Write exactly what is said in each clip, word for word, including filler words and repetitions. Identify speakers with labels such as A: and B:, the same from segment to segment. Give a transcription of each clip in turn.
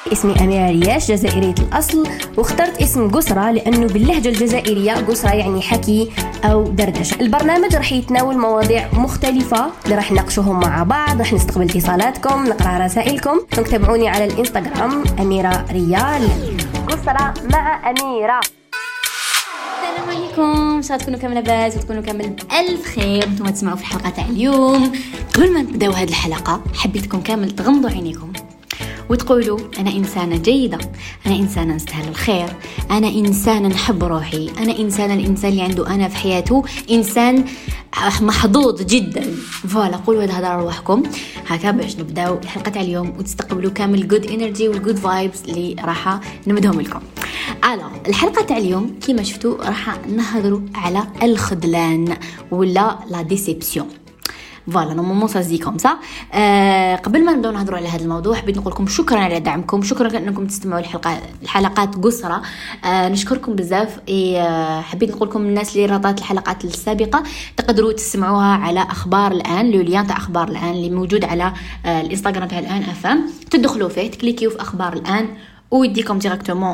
A: اسمي أميرة رياش، جزائرية الأصل، واخترت اسم قسرة لأنه باللهجة الجزائرية قسرة يعني حكي أو دردشة. البرنامج رح يتناول مواضيع مختلفة اللي رح نناقشوهم مع بعض، رح نستقبل اتصالاتكم، نقرأ رسائلكم. تابعوني على الإنستغرام أميرة ريال. قسرة مع أميرة.
B: السلام عليكم، ان شاء الله تكونوا كامل لاباس وتكونوا كامل بألف خير. انتم تسمعوا في الحلقه تاع اليوم. قبل ما نبداو هذه الحلقه حبيتكم كامل تغمضوا عينيكم وتقولوا انا انسانه جيده، انا انسانه نستاهل الخير، انا انسانه نحب روحي، انا انسانه الانسان اللي عنده انا في حياته انسان محظوظ جدا. فوالا قولوا هذا هذا روحكم هكا باش نبداو الحلقه تاع اليوم وتستقبلوا كامل جود انرجي والجود فايبس اللي راح نمدهم لكم. على الحلقه تاع اليوم كيما شفتوا راح نهضروا على الخذلان ولا لا ديسيبسيون. فوالا نورمالمون سا زي كوم سا. أه قبل ما نبداو نهضروا على هذا الموضوع حبيت نقول لكم شكرا على دعمكم، شكرا انكم تستمعوا الحلقه الحلقات قصرى. أه نشكركم بزاف. أه حبيت نقول لكم الناس اللي رضات الحلقات السابقه تقدروا تسمعوها على اخبار الان، لو ليان تاع اخبار الان اللي موجود على أه الانستغرام تاع الان افام، تدخلوا فيه تكليكيو في اخبار الان ويديكم ديريكتومون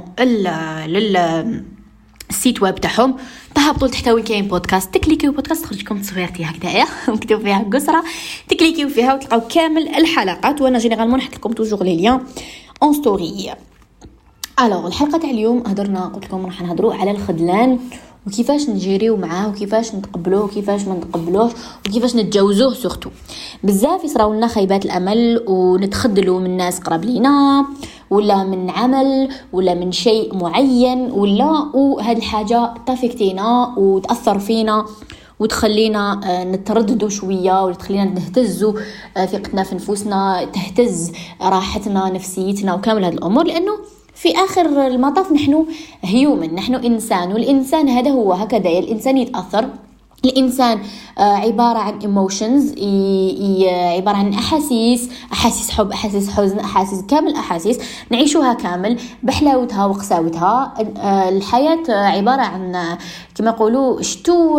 B: لل السيت ويب تاعهم، تهبطوا تحت وين كاين بودكاست، تكليكيو بودكاست تخرج لكم تصويرتي هكذايا مكتوب فيها قسرة، تكليكيو فيها وتلقاو كامل الحلقات. وانا جينيرالمون نحط لكم توجور لي ليان اون ستوري. الوغ الحلقه تاع اليوم هضرنا قلت لكم راح نهضروا على الخذلان وكيفاش نجيريو معاه وكيفاش نتقبلوه وكيفاش ما نتقبلوش وكيفاش نتجاوزوه. سورتو بزاف يصراو لنا خيبات الامل ونتخذلوا من ناس قراب لينا ولا من عمل ولا من شيء معين، ولا وهذه الحاجه تافكتينا وتاثر فينا وتخلينا نترددوا شويه وتخلينا نهتزوا ثقتنا في نفوسنا، تهتز راحتنا نفسيتنا وكامل هذه الامور. لانه في آخر المطاف نحن هيومن، نحن إنسان، والإنسان هذا هو هكذا، الإنسان يتأثر. الإنسان عبارة عن emotions، عبارة عن أحاسيس، أحاسيس حب، أحاسيس حزن، أحاسيس كامل أحاسيس نعيشوها كامل بحلاوتها وقساوتها. الحياة عبارة عن كما يقولوا شتو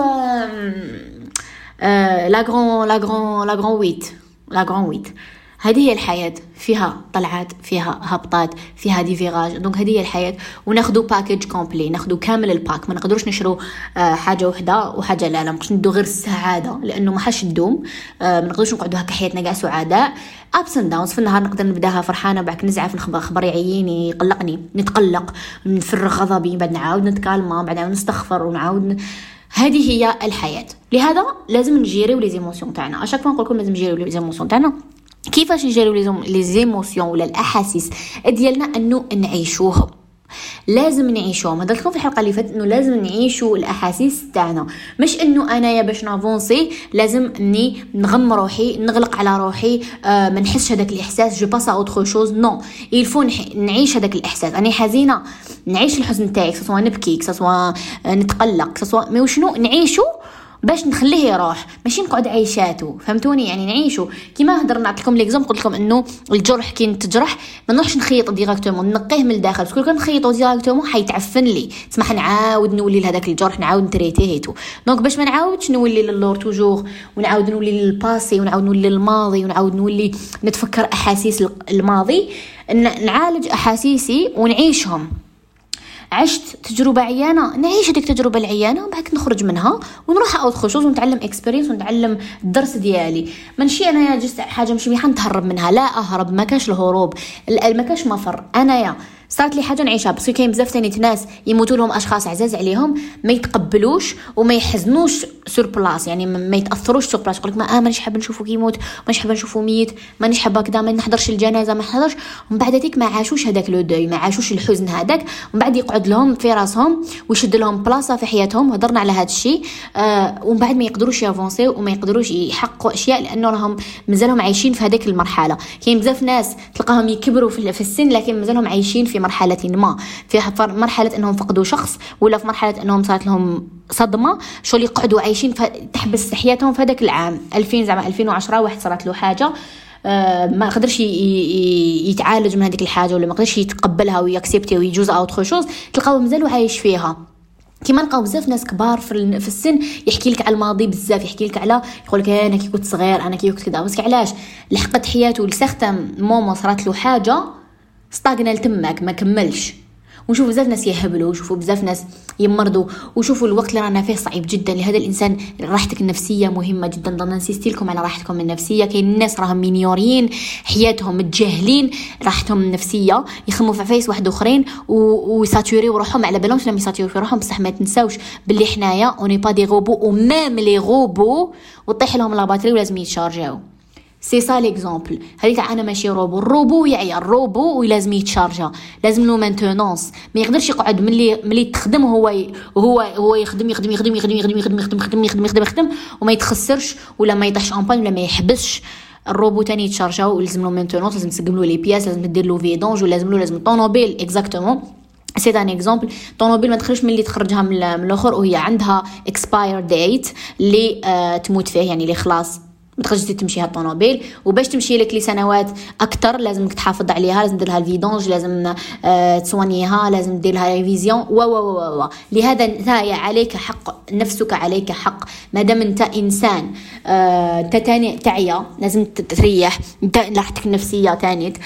B: لا غران لا غران لا غران ويت لا غران ويت هذه هي الحياة، فيها طلعات فيها هبطات فيها دي فيراج. دونك هذه هي الحياة، وناخذوا باكيج كومبلي، ناخذوا كامل الباك. ما نقدروش نشرو حاجة وحدة وحاجة لا لا، ما نقدرش ندو غير السعادة لأنه ما حاش تدوم. ما نقدروش نقعدوا هكا حياتنا كاع سعداء. ابس اند داونز، في النهار نقدر نبداها فرحانة بعد نزعف نخبر خبر يعيني يقلقني نتقلق نفرغ غضبي بعد نعاود نتكالما بعد نعاود نستغفر ونعاود. هذه هي الحياة. لهذا لازم نجيريو لي زيموسيون تاعنا. اشاك ما نقول لكم لازم نجيريو لي زيموسيون تاعنا. كيفاش نجيريو لي زيموسيون ولا الاحاسيس ديالنا؟ انه نعيشوهم، لازم نعيشوهم. هذا لكم في الحلقه اللي فاتت انه لازم نعيشوا الاحاسيس تاعنا، مش انه انا يا باش نافونسي لازم اني نغم روحي نغلق على روحي آه ما نحسش هذاك الاحساس جو باس اوتر شوز. نو يلفو نعيش هذاك الاحساس. انا حزينه نعيش الحزن تاعي، سواء نبكي سواء نتقلق سواء ما وشنو نعيشو باش نخليه يروح، ماشي نقعد عيشاته. فهمتوني؟ يعني نعيشو كيما هضرنا. نعطيكم لكم ليكزامبل، قلت لكم انه الجرح كي نتجرح ما نروحش نخيط ديراكتومون، نقيه من الداخل. باسكو كان نخيطو ديراكتومون حيتعفن لي، تسمح نعاود نولي لهذاك الجرح نعاود نتريتيه هيتو. دونك باش ما نعاودش نولي للور توجور ونعاود نولي للباسي ونعاود نولي للماضي ونعاود نولي نتفكر احاسيس الماضي، نعالج احاسيسي ونعيشهم. عشت تجربة عيانة نعيش هذيك التجربة العيانة وبعد نخرج منها ونروح اوت خوشوز ونتعلم اكسبيرينس ونتعلم الدرس ديالي. ماشي انا يا جست حاجة مش مليحة نتهرب منها، لا اهرب، ما كاش الهروب، ما كاش مفر. انا يا صارت لي حاجه نعيشها. بس كاين بزاف ثاني ناس يموتوا لهم اشخاص عزاز عليهم ما يتقبلوش وما يحزنوش سور بلاص، يعني ما يتاثروش سور بلاص. يقول لك ما آه مانيش حابه نشوفه كيموت، مانيش حابه نشوفه ميت، مانيش حابه كذا، ما نحضرش الجنازه ما نحضرش. ومن بعد هذيك ما عاشوش هذاك لو دوي، ما عاشوش الحزن هذاك. ومن بعد يقعد لهم في راسهم ويشد لهم بلاصه في حياتهم. هضرنا على هذا الشيء. آه ومن بعد ما يقدروش يافونسيو وما يقدروش يحققوا اشياء لانه راهم مازالهم عايشين في هذيك المرحله. كاين بزاف ناس تلقاهم يكبروا في السن لكن مازالهم عايشين في مرحله ما، في مرحله انهم فقدوا شخص ولا في مرحله انهم صارت لهم صدمه، شو اللي يقعدوا عايشين تحبس حياتهم في هذاك العام ألفين زعما ألفين وعشرة واحد صارت له حاجه آه ما قدرش يتعالج من هذيك الحاجه ولا ما قدرش يتقبلها ويكسبتي ويجوز اوت خوشوز، تلقاو مازالوا عايش فيها. كيما نلقاو بزاف ناس كبار في في السن يحكي لك على الماضي بزاف، يحكي لك على يقول لك انا كي كنت صغير انا كي كنت كذا. بس علاش لحقت حياته لسختم موما صارت له حاجه استاغنال تماك ما كملش. ونشوف بزاف ناس يهبلوا، وشوفوا بزاف ناس يمرضوا، وشوفوا الوقت اللي رانا فيه صعيب جدا لهذا الانسان. راحتك النفسيه مهمه جدا، ضلنا نسيستي لكم على راحتكم النفسيه. كاين الناس راهم مينيورين حياتهم، متجاهلين راحتهم النفسيه، يخموا في عفايس واحد اخرين وساتوري وروحهم على بالهمش لما يساتوري في روحهم. بصح ما تنساوش باللي حنايا اوني با دي روبو، ومام لي روبو وطيح لهم لا باتري ولازم يتشارجاو. سي سا ليكزامبل. هذه تاع انا ماشي روبو، الروبو يعيا الروبو ولازم يتشارجا، لازم له مانتونونس. ما يقدرش يقعد ملي ملي تخدم هو ي... هو هو يخدم يخدم يخدم يخدم يخدم يخدم يخدم يخدم يخدم يخدم يخدم وما يتخسرش ولا ما يطيحش ان بان ولا ما يحبسش. الروبو تاني يتشارجا ولازم له مانتونونس، لازم تسقم له لي بياس، لازم دير له فيدونج، ولازم له لازم طونوبيل اكزاكتومون. سي ان اكزامبل. طونوبيل ما تخرجش من اللي تخرجها من الاخر وهي عندها اكسباير ديت اللي آه تموت فيه، يعني اللي خلاص ما تقدرش تمشي هاد الطونوبيل. وباش تمشي لك لسنوات اكثر لازمك تحافظ عليها، لازم دير لها الفيدونج، لازم آه تسوانيها، لازم دير لها ريفيزيون و و و و لهذا انت عليك حق، نفسك عليك حق. ما دام انت انسان آه تاني تعيا لازم تريح، انت راحتك النفسيه تانيت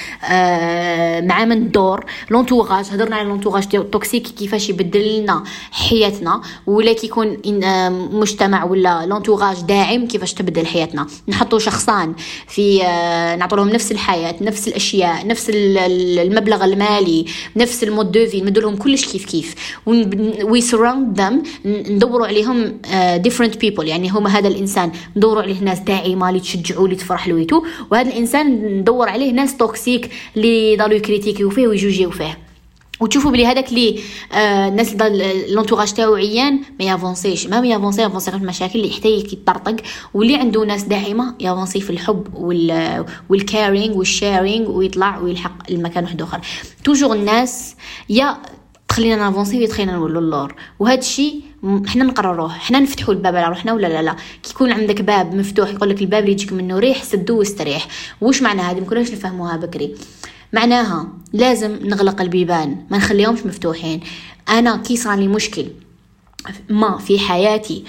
B: آه مع من الدور لونتوراج. هضرنا على لونتوراج توكسيك كيفاش يبدل لنا حياتنا، ولا كيكون آه مجتمع ولا لونتوراج داعم كيفاش تبدل حياتنا. نحطوا شخصان في آه نعطوا لهم نفس الحياه، نفس الاشياء، نفس المبلغ المالي، نفس المود دو في، ندير لهم كلش كيف كيف. وي سراوند ذم، ندوروا عليهم ديفرنت uh, بيبل. يعني هما هذا الانسان ندوروا عليه ناس داعمه اللي تشجعوا اللي تفرح له ويتو، وهذا الانسان ندور عليه ناس توكسيك اللي ضلوا يكريتيكيو فيه ويجوجيو فيه. وتشوفوا بلي هذاك اللي آه الناس لونتوراج تاعو عيان ما يافونسيش، ما يافونسي يافونسي في المشاكل اللي يحتاج يطرطق. واللي عنده ناس داعمه يافونسي في الحب وال والكارينغ والشيرينغ ويطلع ويلحق المكان واحد اخر. توجور الناس يا تخلينا نافونسي ويتخلينا نولوا اللور، وهذا الشيء احنا نقرروه، احنا نفتحوا الباب على روحنا ولا لا لا. كي يكون عندك باب مفتوح يقول لك الباب اللي يجيك منه ريح سدوه واستريح. واش معنى هذه؟ مكناش نفهموها بكري. معناها لازم نغلق البيبان، ما نخليهمش مفتوحين. انا كي صار لي مشكل ما في حياتي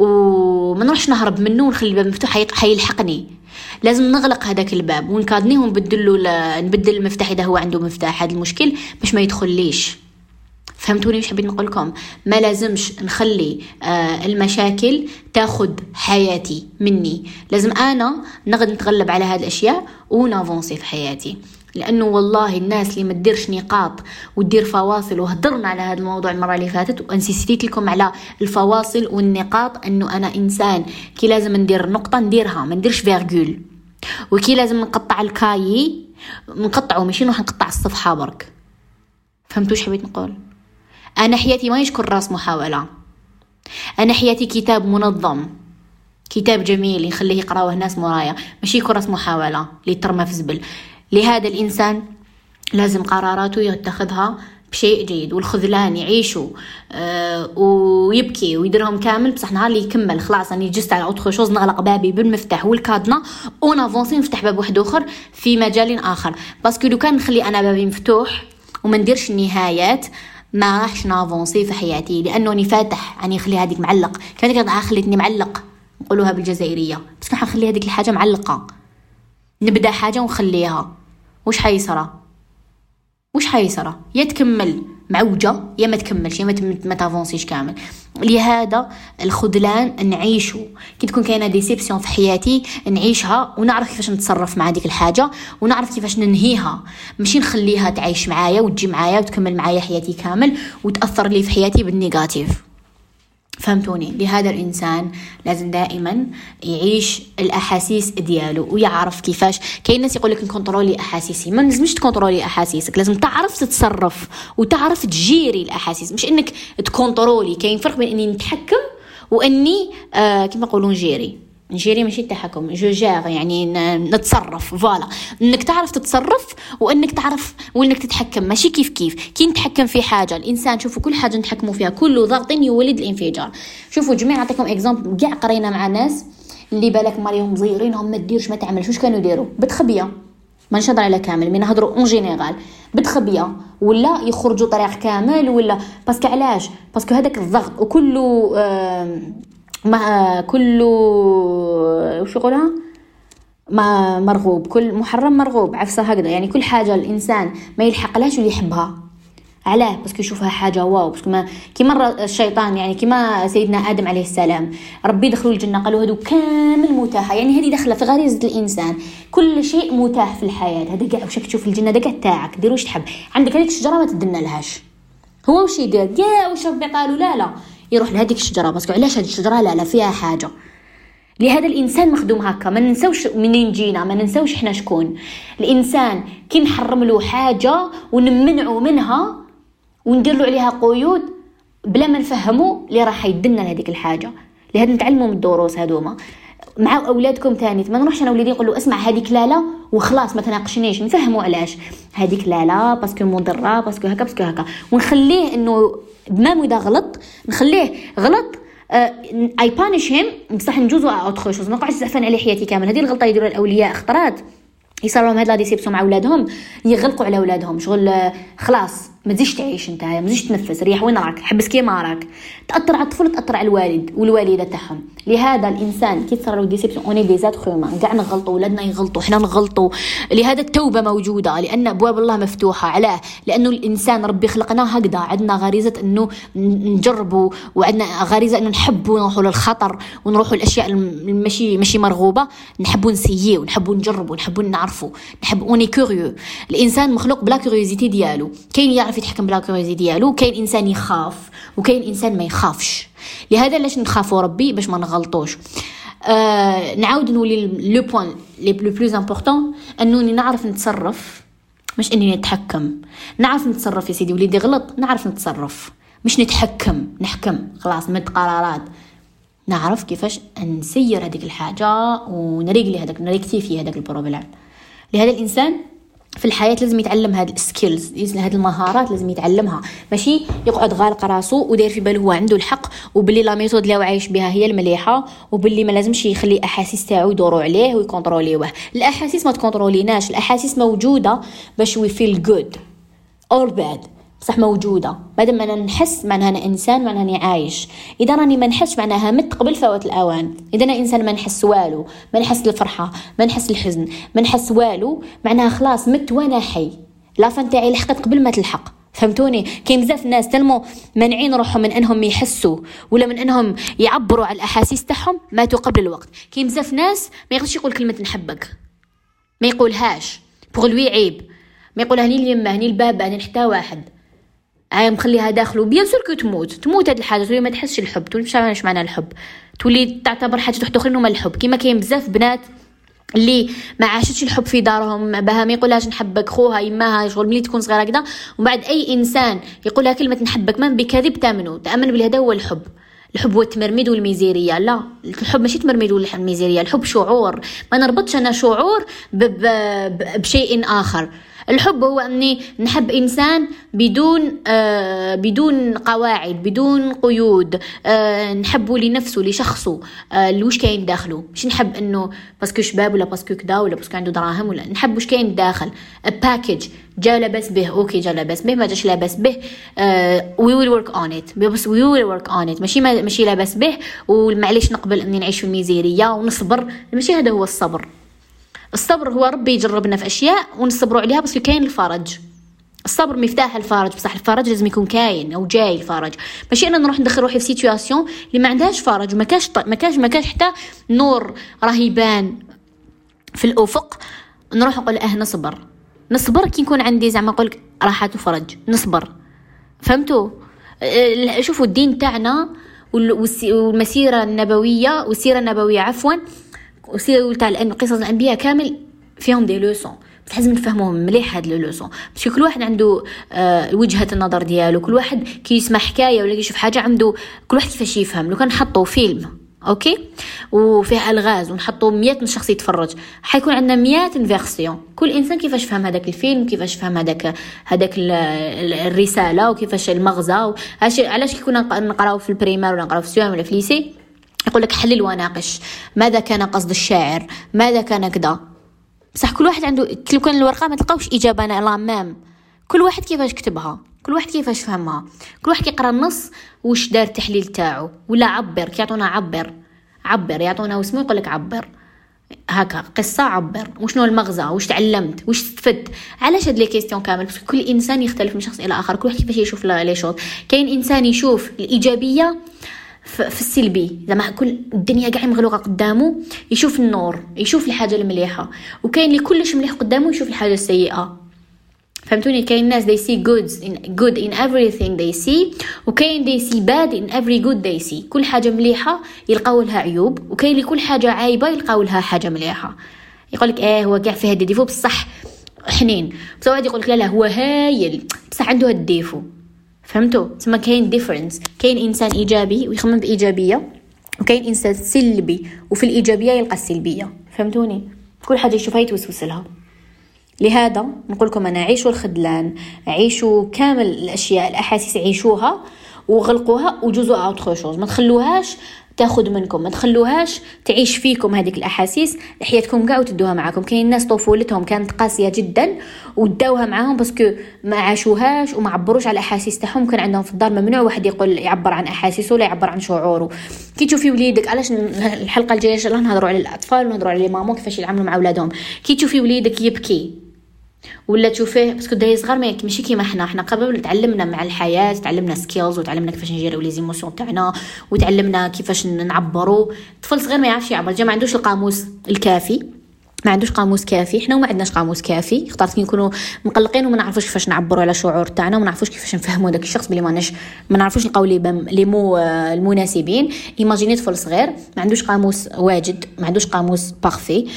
B: وما نروحش نهرب منه ونخلي الباب مفتوح حيلحقني، لازم نغلق هذاك الباب ونكادنيه ونبدل له، نبدل المفتاح اذا هو عنده مفتاح هذا المشكل باش ما يدخليش. فهمتوني مش حبيت نقول لكم؟ ما لازمش نخلي آه المشاكل تاخد حياتي مني، لازم انا نقدر نتغلب على هذه الاشياء ونافونسي في حياتي. لانه والله الناس اللي ما تديرش نقاط وتدير فواصل، وهضرنا على هذا الموضوع المره اللي فاتت وانسيستيت لكم على الفواصل والنقاط، انه انا انسان كي لازم ندير نقطه نديرها، ما نديرش فيرغول. وكي لازم نقطع الكاي نقطعه، ماشي نروح نقطع الصفحه برك. فهمتوا ايش حبيت نقول؟ انا حياتي ما يشكر راس محاوله، انا حياتي كتاب منظم، كتاب جميل يخليه يقراوه الناس مرايا، ماشي كراس محاوله اللي ترمى في زبل. لهذا الانسان لازم قراراته يتخذها بشيء جيد، والخذلان يعيشوا آه ويبكي ويديرهم كامل. بصح نهار اللي يكمل خلاص اني جست على اوتر شوز، نغلق بابي بالمفتاح والكادنا ونافونسي نفتح باب واحد اخر في مجال اخر. باسكو لو كان نخلي انا بابي مفتوح وما نديرش النهايات ما راحش نافونسي في حياتي، لانه اني فاتح اني خلي هذيك معلق. كان هذيك خليتني معلق نقولوها بالجزائريه، بس ما حنخلي هذيك الحاجه معلقه. نبدا حاجه ونخليها، وش حيصرى؟ وش حيصرى؟ يا تكمل معوجه يا ما تكملش، يا ما تافونسيش كامل. لهذا الخذلان نعيشه كي تكون كاينه ديسيبسيون في حياتي نعيشها ونعرف كيفاش نتصرف مع هذيك الحاجه ونعرف كيفاش ننهيها، ماشي نخليها تعيش معايا وتجي معايا وتكمل معايا حياتي كامل وتاثر لي في حياتي بالنيجاتيف. فهمتوني؟ لهذا الانسان لازم دائما يعيش الاحاسيس ديالو ويعرف كيفاش. كاين ناس يقول لك نكونترولي احاسيسي، ما لازمش تكونترولي احاسيسك، لازم تعرف تتصرف وتعرف تجيري الاحاسيس، مش انك تكونترولي. كاين فرق بين اني نتحكم واني آه كيما نقولون نجيري. نجيري ماشي التحكم، جو جير يعني نتصرف. فوالا، انك تعرف تتصرف وانك تعرف وانك تتحكم ماشي كيف كيف. كي نتحكم في حاجه الانسان، شوفوا كل حاجه نتحكموا فيها كل ضغط يولد الانفجار. شوفوا جميع نعطيكم اكزامبل، كاع قرينا مع ناس اللي بالك ماليهم صغيرينهم ما تديرش ما تعملش، واش كانوا يديروا؟ بتخبيه، ما نشهضر على كامل، من نهضروا اون جينيرال بتخبيه، ولا يخرجوا طريق كامل، ولا باسكو علاش؟ باسكو هذاك الضغط وكله آه ما كله وش يقولها ما مرغوب، كل محرم مرغوب، عفسه هكذا. يعني كل حاجه الانسان ما يلحقلهاش واللي يحبها. علاه؟ بس يشوفها حاجه واو. بس كما كي مره الشيطان، يعني كما سيدنا ادم عليه السلام ربي دخلوا الجنه قالوا هذو كامل متاحه، يعني هذه داخله في غريزه الانسان، كل شيء متاح في الحياه. هذا كاع واش تشوف الجنه هذا كاع تاعك، دير واش تحب. عندك هذيك الشجره ما تدنا لهاش، هو واش يدير؟ يا واش ربي قالوا لا لا يروح لهذيك الشجره. بس علاش هذه الشجره؟ لا لا فيها حاجه. لهذا الانسان مخدوم هكا. ما ننسوش منين جينا، ما ننسوش احنا شكون. الانسان كي نحرم له حاجه ونمنعه منها وندير له عليها قيود بلا ما نفهمه اللي راح يدنا لهذيك الحاجه. لهذا نتعلموا من الدروس هذوما مع اولادكم ثاني. ما نروحش انا وليدي نقول له اسمع هذيك لا لا وخلاص ما تناقشنيش، نفهموا علاش هذيك لا لا باسكو مضره باسكو هكا باسكو هكا، ونخليه انه بمام اذا غلط نخليه غلط. اي بانيش هيم بصح نجوزوا اوتر شوز، ما نقعدش زعفان عليه حياتي كامل. هذه الغلطه يديروا الاولياء خطرات يصيروا لهم هاد لا ديسيبسيون مع اولادهم، يغلقوا على اولادهم شغل خلاص ما تزيدش تعيش انت، ما تزيدش تنفس، ريح وين راك، حبس كيما راك. تاثر على الطفل، تاثر على الوالد والوالده تاعهم. لهذا الانسان كي تصير له ديسيبسيون اوني دي زاتر هيومان، كاع نغلطوا، ولادنا يغلطوا، حنا نغلطوا. لهذا التوبه موجوده، لان ابواب الله مفتوحه. علاه؟ لانه الانسان ربي خلقنا هكذا، عندنا غريزه انه نجربوا، وعندنا غريزه انه نحبوا نروحوا للخطر ونروحوا الاشياء ماشي ماشي مرغوبه، نحبوا نسيي ونحبوا نجربوا ونحبوا نعرفوا، نحب اوني كوريو. الانسان مخلوق بلا كوريوزيتي ديالو. كاين يعرف يتحكم بلا كوريوزيتي ديالو، كاين انسان يخاف وكاين انسان ما يخافش. لهذا لاش نخافوا ربي باش ما نغلطوش. آه نعاود نولي لو بوين لي بلو بلوز امبورطون، انني نعرف نتصرف مش اني نتحكم. نعرف نتصرف يا سيدي، وليدي غلط نعرف نتصرف، مش نتحكم نحكم خلاص مد قرارات. نعرف كيفاش نسير هذيك الحاجه ونريقلي هذاك نريكتيفي هذاك البروبليم. لهذا الانسان في الحياة لازم يتعلم هاد السكيلز، هاد المهارات لازم يتعلمها، ماشي يقعد غالق راسو وداير في باله هو عنده الحق وباللي لا ميثود اللي هو عايش بها هي المليحة، وباللي ما لازمش يخلي احاسيس تاعو يدوروا عليه ويكونتروليوه. الاحاسيس ما تكونتروليناش، الاحاسيس موجودة باش وي فيل جود اور باد، صح موجودة. مادام انا نحس معناها انا انسان، معناها اني عايش. اذا راني ما نحس معناها مت قبل فوات الاوان. اذا انا انسان ما نحس والو، ما نحس الفرحة، ما نحس الحزن، ما نحس والو، معناها خلاص مت وانا حي. لافان تاعي لحقت قبل ما تلحق. فهمتوني؟ كاين بزاف ناس تلمو منعين روحهم من انهم يحسوا ولا من انهم يعبروا على الاحاسيس تاعهم، ماتوا قبل الوقت. كاين بزاف ناس ما يقدرش يقول كلمة نحبك، ما يقولهاش بغ لوي عيب، ما يقولها ني اليمه ني البابا ني حتى واحد. عايم مخليها داخله. بيان سور كو تموت تموت هاد الحاجه، تولي ما تحسش الحب، تولي مش عارفه اش معنى الحب، تولي تعتبر حاجه واحده اخرى انه الحب. كيما كاين بزاف بنات اللي ما عاشتش الحب في دارهم، بها ما يقولهاش نحبك خوها يماها شغل ملي تكون صغيره كذا، ومن بعد اي انسان يقولها كلمه نحبك ما بكذب تامنوا تامن بلي هذا هو الحب. الحب هو التمرميد والميزيريا. لا، الحب ماشي تمرميد والميزيريا، الحب شعور. ما نربطش انا شعور بشيء اخر. الحب هو اني نحب انسان بدون آه بدون قواعد، بدون قيود، آه نحبه لنفسه لشخصه، آه لوش كاين داخله. مش نحب انه باسكو شباب ولا باسكو كدا ولا باسكو عنده دراهم، ولا نحب واش كاين داخل. باكيج جا لاباس به، اوكي جا لاباس به، ما جاش لاباس به، وي ويل ورك اون ات، بس وي ويل ورك اون ات. ماشي ماشي لاباس به ومعليش نقبل اني نعيش في الميزيريا ونصبر. ماشي هذا هو الصبر. الصبر هو ربي يجربنا في اشياء ونصبروا عليها بس كاين الفرج. الصبر مفتاح الفرج، بصح الفرج لازم يكون كاين او جاي الفرج. ماشي انا نروح ندخل روحي في سيتوياسيون اللي ما عندهاش فرج وما كاش ما كاش ما كاش حتى نور راه يبان في الافق، نروح نقول اه نصبر نصبر كي نكون عندي زعما نقول راحه وفرج نصبر. فهمتوا؟ شوفوا الدين تاعنا والمسيره النبويه والسيره النبويه عفوا وسيره تاع لان قصص الانبياء كامل فيهم دي لوسون، بس لازم نفهموهم مليح هاد لو لوسون، باش كل واحد عنده آه وجهه النظر ديالو. كل واحد كي يسمع حكايه ولا يشوف حاجه عنده كل واحد كيفاش يفهم. لو كان نحطوا فيلم اوكي وفيه الغاز ونحطوا مئة شخص يتفرج، حيكون عندنا مئة فيرسيون، كل انسان كيفاش فهم هذاك الفيلم، كيفاش فهم هذاك هذاك الرساله وكيفاش المغزى. علاش كي كنا نقراو في البريمير ولا نقراو في السوام ولا في الليسي يقول لك حلل وناقش ماذا كان قصد الشاعر، ماذا كان كذا. بصح كل واحد عنده، لو كان الورقه ما تلقاوش اجابه لامام، كل واحد كيفاش كتبها، كل واحد كيفاش فهمها، كل واحد كيقرا النص واش دار التحليل تاعو ولا عبر. كيعطونا عبر عبر يعطونا واسمو يقول لك عبر. هكا قصة عبر وشنو المغزى وش تعلمت وش استفدت. علاش هاد لي كيستيون كامل؟ بس كل انسان يختلف من شخص الى اخر، كل واحد كيفاش يشوف لي شوط. كاين انسان يشوف الايجابيه في السلبي، زعما كل الدنيا قاع مغلوقه قدامه يشوف النور، يشوف الحاجه المليحه. وكاين اللي كلش مليح قدامه يشوف الحاجه السيئه. فهمتوني؟ كاين ناس they see goods in good in everything they see، وكاين they see bad in every good they see. كل حاجه مليحه يلقاو لها عيوب، وكاين اللي كل حاجه عايبه يلقاو لها حاجه مليحه. يقول لك اه هو كاع فيه هاد الديفو بصح حنين، بصح واحد يقول لك لا لا هو هايل بصح عنده هاد الديفو. فهمتوا؟ تسمى كاين ديفرنس. كاين انسان ايجابي ويخمم بايجابيه، وكاين انسان سلبي وفي الايجابيه يلقى السلبيه. فهمتوني؟ كل حاجه يشوفها يتوسوس لها. لهذا نقول لكم انا عيشوا الخذلان، عيشوا كامل الاشياء الاحاسيس، عيشوها وغلقوها وجوزوا اوتر شوز. ما تخلوهاش تاخذ منكم، ما تخلوهاش تعيش فيكم هذيك الاحاسيس لحياتكم كاع وتدوها معاكم. كاين ناس طفولتهم كانت قاسيه جدا وداوها معاهم باسكو ما عاشوهاش وما عبروش على الاحاسيس تاعهم. كان عندهم في الدار ممنوع واحد يقول يعبر عن احاسيسه ولا يعبر عن شعوره. كي تشوفي وليدك، علاش الحلقه الجايه ان شاء الله نهضروا على الاطفال ونهضروا على لي مامون كيفاش يعاملوا مع اولادهم. كي تشوفي وليدك يبكي ولا تشوفيه باسكو داي صغار ما ماشي كيما حنا حنا قبل تعلمنا مع الحياه، تعلمنا سكيلز وتعلمنا كيفاش نجيريو لي زيموسيون تاعنا وتعلمنا كيفاش نعبروا. طفل صغير ما يعرفش يعبر، جا ما عندوش القاموس الكافي، ما عندوش قاموس كافي. حنا وما عندناش قاموس كافي، اختارت كي نكونوا مقلقين وما نعرفوش كيفاش نعبروا على الشعور تاعنا وما نعرفوش كيفاش نفهموا داك الشخص بلي ما ناش ما نعرفوش نلقاو لي لي مو المناسبين. ايماجيني طفل صغير ما عندوش قاموس واجد، ما عندوش قاموس بارفي،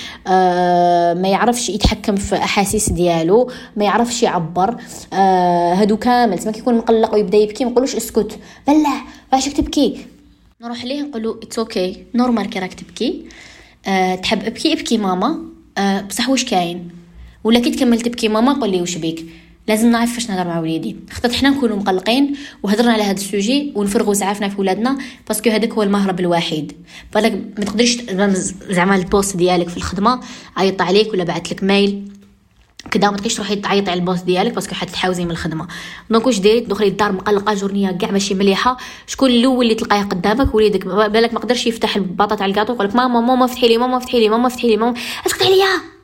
B: آه ما يعرفش يتحكم في احاسيس ديالو، ما يعرفش يعبر. آه هادو كامل تما كيكون مقلق ويبدا يبكي ما نقولوش اسكت بلا واش تبكي، نروح ليه نقولوا اتس اوكي نورمال كي راك تبكي. أه تحب ابكي ابكي ماما، أه بصح واش كاين؟ ولا كي تكمل تبكي ماما قول لي واش بيك. لازم نعرف فاش نهضر مع وليدي. خاطر حنا نكونوا مقلقين وهضرنا على هذا السوجي ونفرغوا سعافنا في ولادنا باسكو هذاك هو المهرب الوحيد. بالك ما تقدرش زعما البوست ديالك في الخدمه عيط عليك ولا بعث لك ميل كدا ما تقدرش تروحي تعيطي على البوس ديالك باسكو حتحاوزي من الخدمه. دونك واش ديري؟ تدخلي الدار مقلقه جورنيه كاع ماشي مليحه. شكون الاول اللي تلقاه قدامك؟ وليدك. بالك ما قدرش يفتح البطاطا تاع الكاطو يقول لك ماما ماما افتحي لي ماما افتحي لي ماما افتحي لي ماما اسكتي عليا.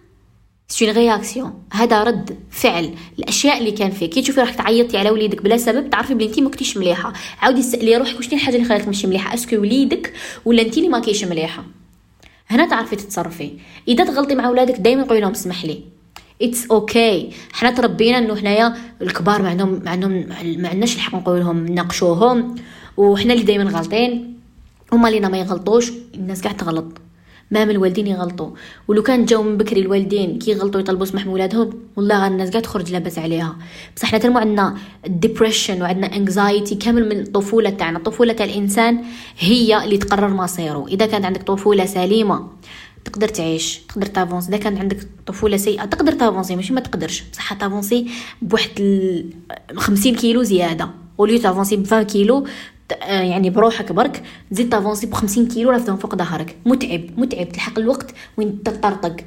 B: سي اون رياكسيون، هذا رد فعل الاشياء اللي كان فيه. كي تشوفي راك تعيطي على وليدك بلا سبب تعرفي بلي انت ما كنتيش مليحه. عاودي سالي روحك واش الحاجه اللي خلاتك ماشي مليحه، اسكو وليدك ولا انت اللي ما كاينش مليحه. هنا تعرفي تتصرفي. اذا تغلطي مع اولادك دائما قولي لهم اسمح لي اتس اوكي. okay. حنا تربينا انه حنايا الكبار ما عندهم ما عندهم ما عندناش الحق نقول لهم ناقشوهم، وحنا اللي دائما غلطين هما اللي ما يغلطوش. الناس قاعد تغلط، ما من الوالدين يغلطوا. ولو كان جاو من بكري الوالدين كي يغلطوا يطلبوا سمح من ولادهم والله الناس قاعد تخرج لاباس عليها. بصح حنا ترمو عندنا ديبريشن وعندنا انكزايتي كامل من الطفوله تاعنا. الطفوله تاع الانسان هي اللي تقرر مصيره. اذا كانت عندك طفوله سليمه تقدر تعيش، تقدر تافونسي. اذا كان عندك طفوله سيئه تقدر تافونسي، ماشي ما تقدرش بصح تافونسي بواحد خمسين كيلو زياده. وليو تافونسي ب عشرين كيلو يعني بروحك برك، زيد تافونسي ب خمسين كيلو رافدهم فوق ظهرك. متعب متعب تلحق الوقت وين تطرطق.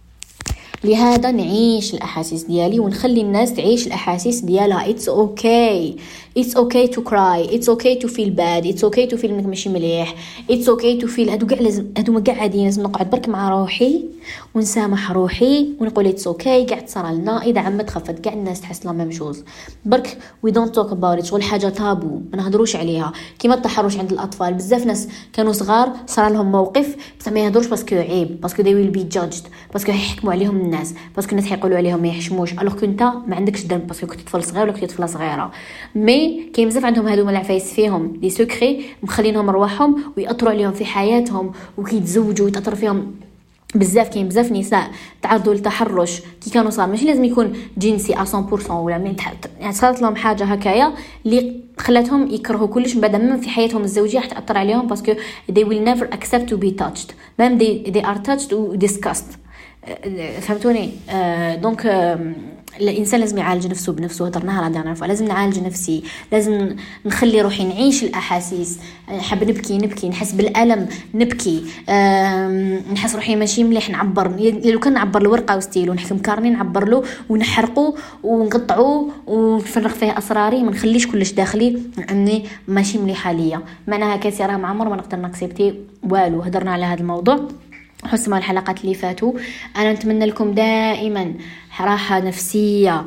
B: لهذا نعيش الاحاسيس ديالي ونخلي الناس تعيش الاحاسيس ديالها. it's okay it's okay to cry it's okay to feel bad it's okay to feel انك ماشي مليح it's okay to feel. هادو كاع لازم هادو ما كاع عاديين. لازم نقعد برك مع روحي ونسامح روحي ونقول it's okay كاع تصرى لنا. اذا عمت خفت كاع الناس تحس لا ميم جوز برك we don't talk about it. شغل حاجه تابو ما نهضروش عليها. كيما التحرش عند الاطفال بزاف ناس كانوا صغار صار لهم موقف بصح ما يهضروش باسكو عيب، باسكو they will be judged، باسكو يحكموا عليهم الناس، باسكو الناس حيقولوا عليهم ما يحشموش. الوغ كنت ما عندكش ذنب باسكو كنت طفل صغير ولا كنت طفله صغيره. مي كاين بزاف عندهم هادو العفايس فيهم دي سكري مخلينهم رواحهم ويأثروا عليهم في حياتهم وكيتزوجوا ويتأثر فيهم بزاف. كاين بزاف نساء تعرضوا للتحرش كي كانوا صغار، ماشي لازم يكون جنسي مية بالمية ولا من يعني صارت لهم حاجه هكايا اللي خلاتهم يكرهوا كلش من بعد من في حياتهم الزوجيه حتى تاثر عليهم باسكو they will never accept to be touched même they, they are touched و discussed. فهمتوني؟ آه دونك آه الانسان لازم يعالج نفسه بنفسه. هضرناها راه نعرف لازم نعالج نفسي، لازم نخلي روحي نعيش الاحاسيس. حاب نبكي نبكي، نحس بالالم نبكي، نحس روحي ماشي مليح نعبر. لو كان نعبر الورقه وستيلو نحكم كارني نعبر له ونحرقه ونقطعه ونفرغ فيه اسراري، ما نخليش كلش داخلي اني ماشي مليحه ليا. معناها كاسي راه ما عمر ما نقدر نكسبتي والو. هضرنا على هذا الموضوع حسوا مع الحلقات اللي فاتوا. انا نتمنى لكم دائما راحه نفسيه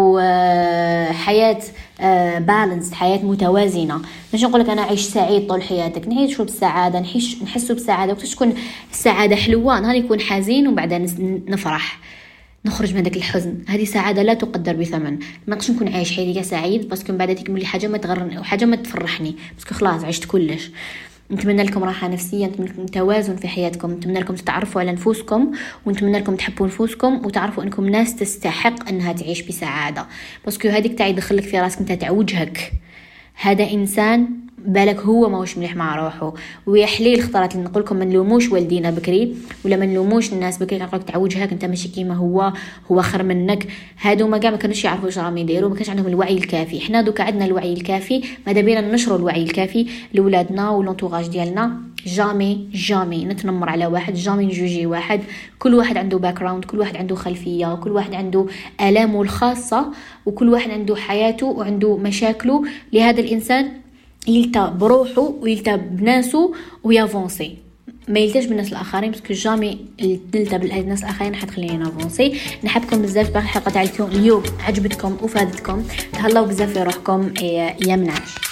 B: وحياه بالانس، حياه متوازنه. مش نقول لك انا عيش سعيد طول حياتك، نعيشوا بالسعاده، نحس نحسوا بالسعاده. وقت تكون السعاده حلوه نهار يكون حزين وبعدين نفرح نخرج من داك الحزن. هذه سعاده لا تقدر بثمن. ما نقدرش نكون عايش حياتي سعيد باسكو من بعد تكمل لي حاجه ما تغرني وحاجه ما تفرحني باسكو خلاص عشت كلش. نتمنى لكم راحه نفسيه، نتمنى لكم توازن في حياتكم، نتمنى لكم تتعرفوا على نفوسكم، ونتمنى لكم تحبوا نفوسكم وتعرفوا انكم ناس تستحق انها تعيش بسعاده. باسكو هذيك تاع يدخلك في راسك انت تعوجهك هذا انسان بالك هو ماهوش مليح مع روحه. ويا حليل اختارت اللي نقول لكم ما نلوموش والدينا بكري ولا ما نلوموش الناس بكري كنقول لك تعوجهك انت ماشي كيما هو، هو خير منك. هادو ما كاع ما كانوش يعرفوا واش راهم يديروا، ما كانش عندهم الوعي الكافي. حنا دوكا عندنا الوعي الكافي، ماذا بينا ننشروا الوعي الكافي لاولادنا ولونطوراج ديالنا. جامي جامي نتنمر على واحد، جامي نجوجي واحد. كل واحد عنده باك جراوند، كل واحد عنده خلفيه، وكل واحد عنده الامه الخاصه، وكل واحد عنده حياته وعنده مشاكله. لهذا الانسان يلتا بروحه ويلتا بناسه ويافونسي، ما يلتاش بالناس الاخرين باسكو جامي يلتا بالناس الاخرين حتخليني نافونسي. نحبكم بزاف بالحلقه تاع اليوم عجبتكم وفادتكم. تهلاو بزاف في روحكم يا منعش.